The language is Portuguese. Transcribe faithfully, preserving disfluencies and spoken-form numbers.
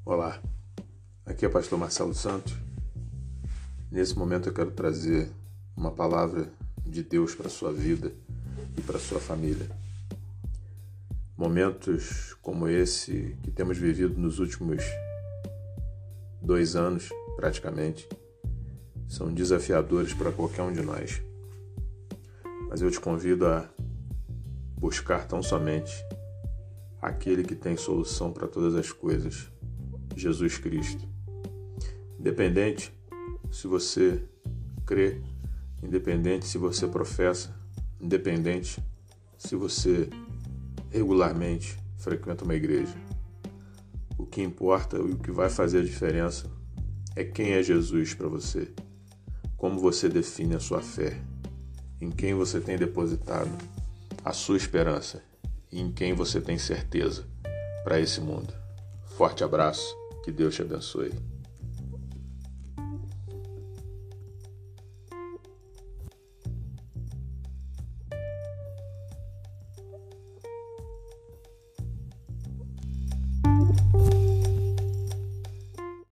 Olá, aqui é o pastor Marcelo Santos. Nesse momento eu quero trazer uma palavra de Deus para a sua vida e para a sua família. Momentos como esse que temos vivido nos últimos dois anos, praticamente, são desafiadores para qualquer um de nós. Mas eu te convido a buscar tão somente aquele que tem solução para todas as coisas, Jesus Cristo. Independente se você crê, independente se você professa, independente se você regularmente frequenta uma igreja. O que importa e o que vai fazer a diferença é quem é Jesus para você, como você define a sua fé, em quem você tem depositado a sua esperança e em quem você tem certeza para esse mundo. Forte abraço, que Deus te abençoe.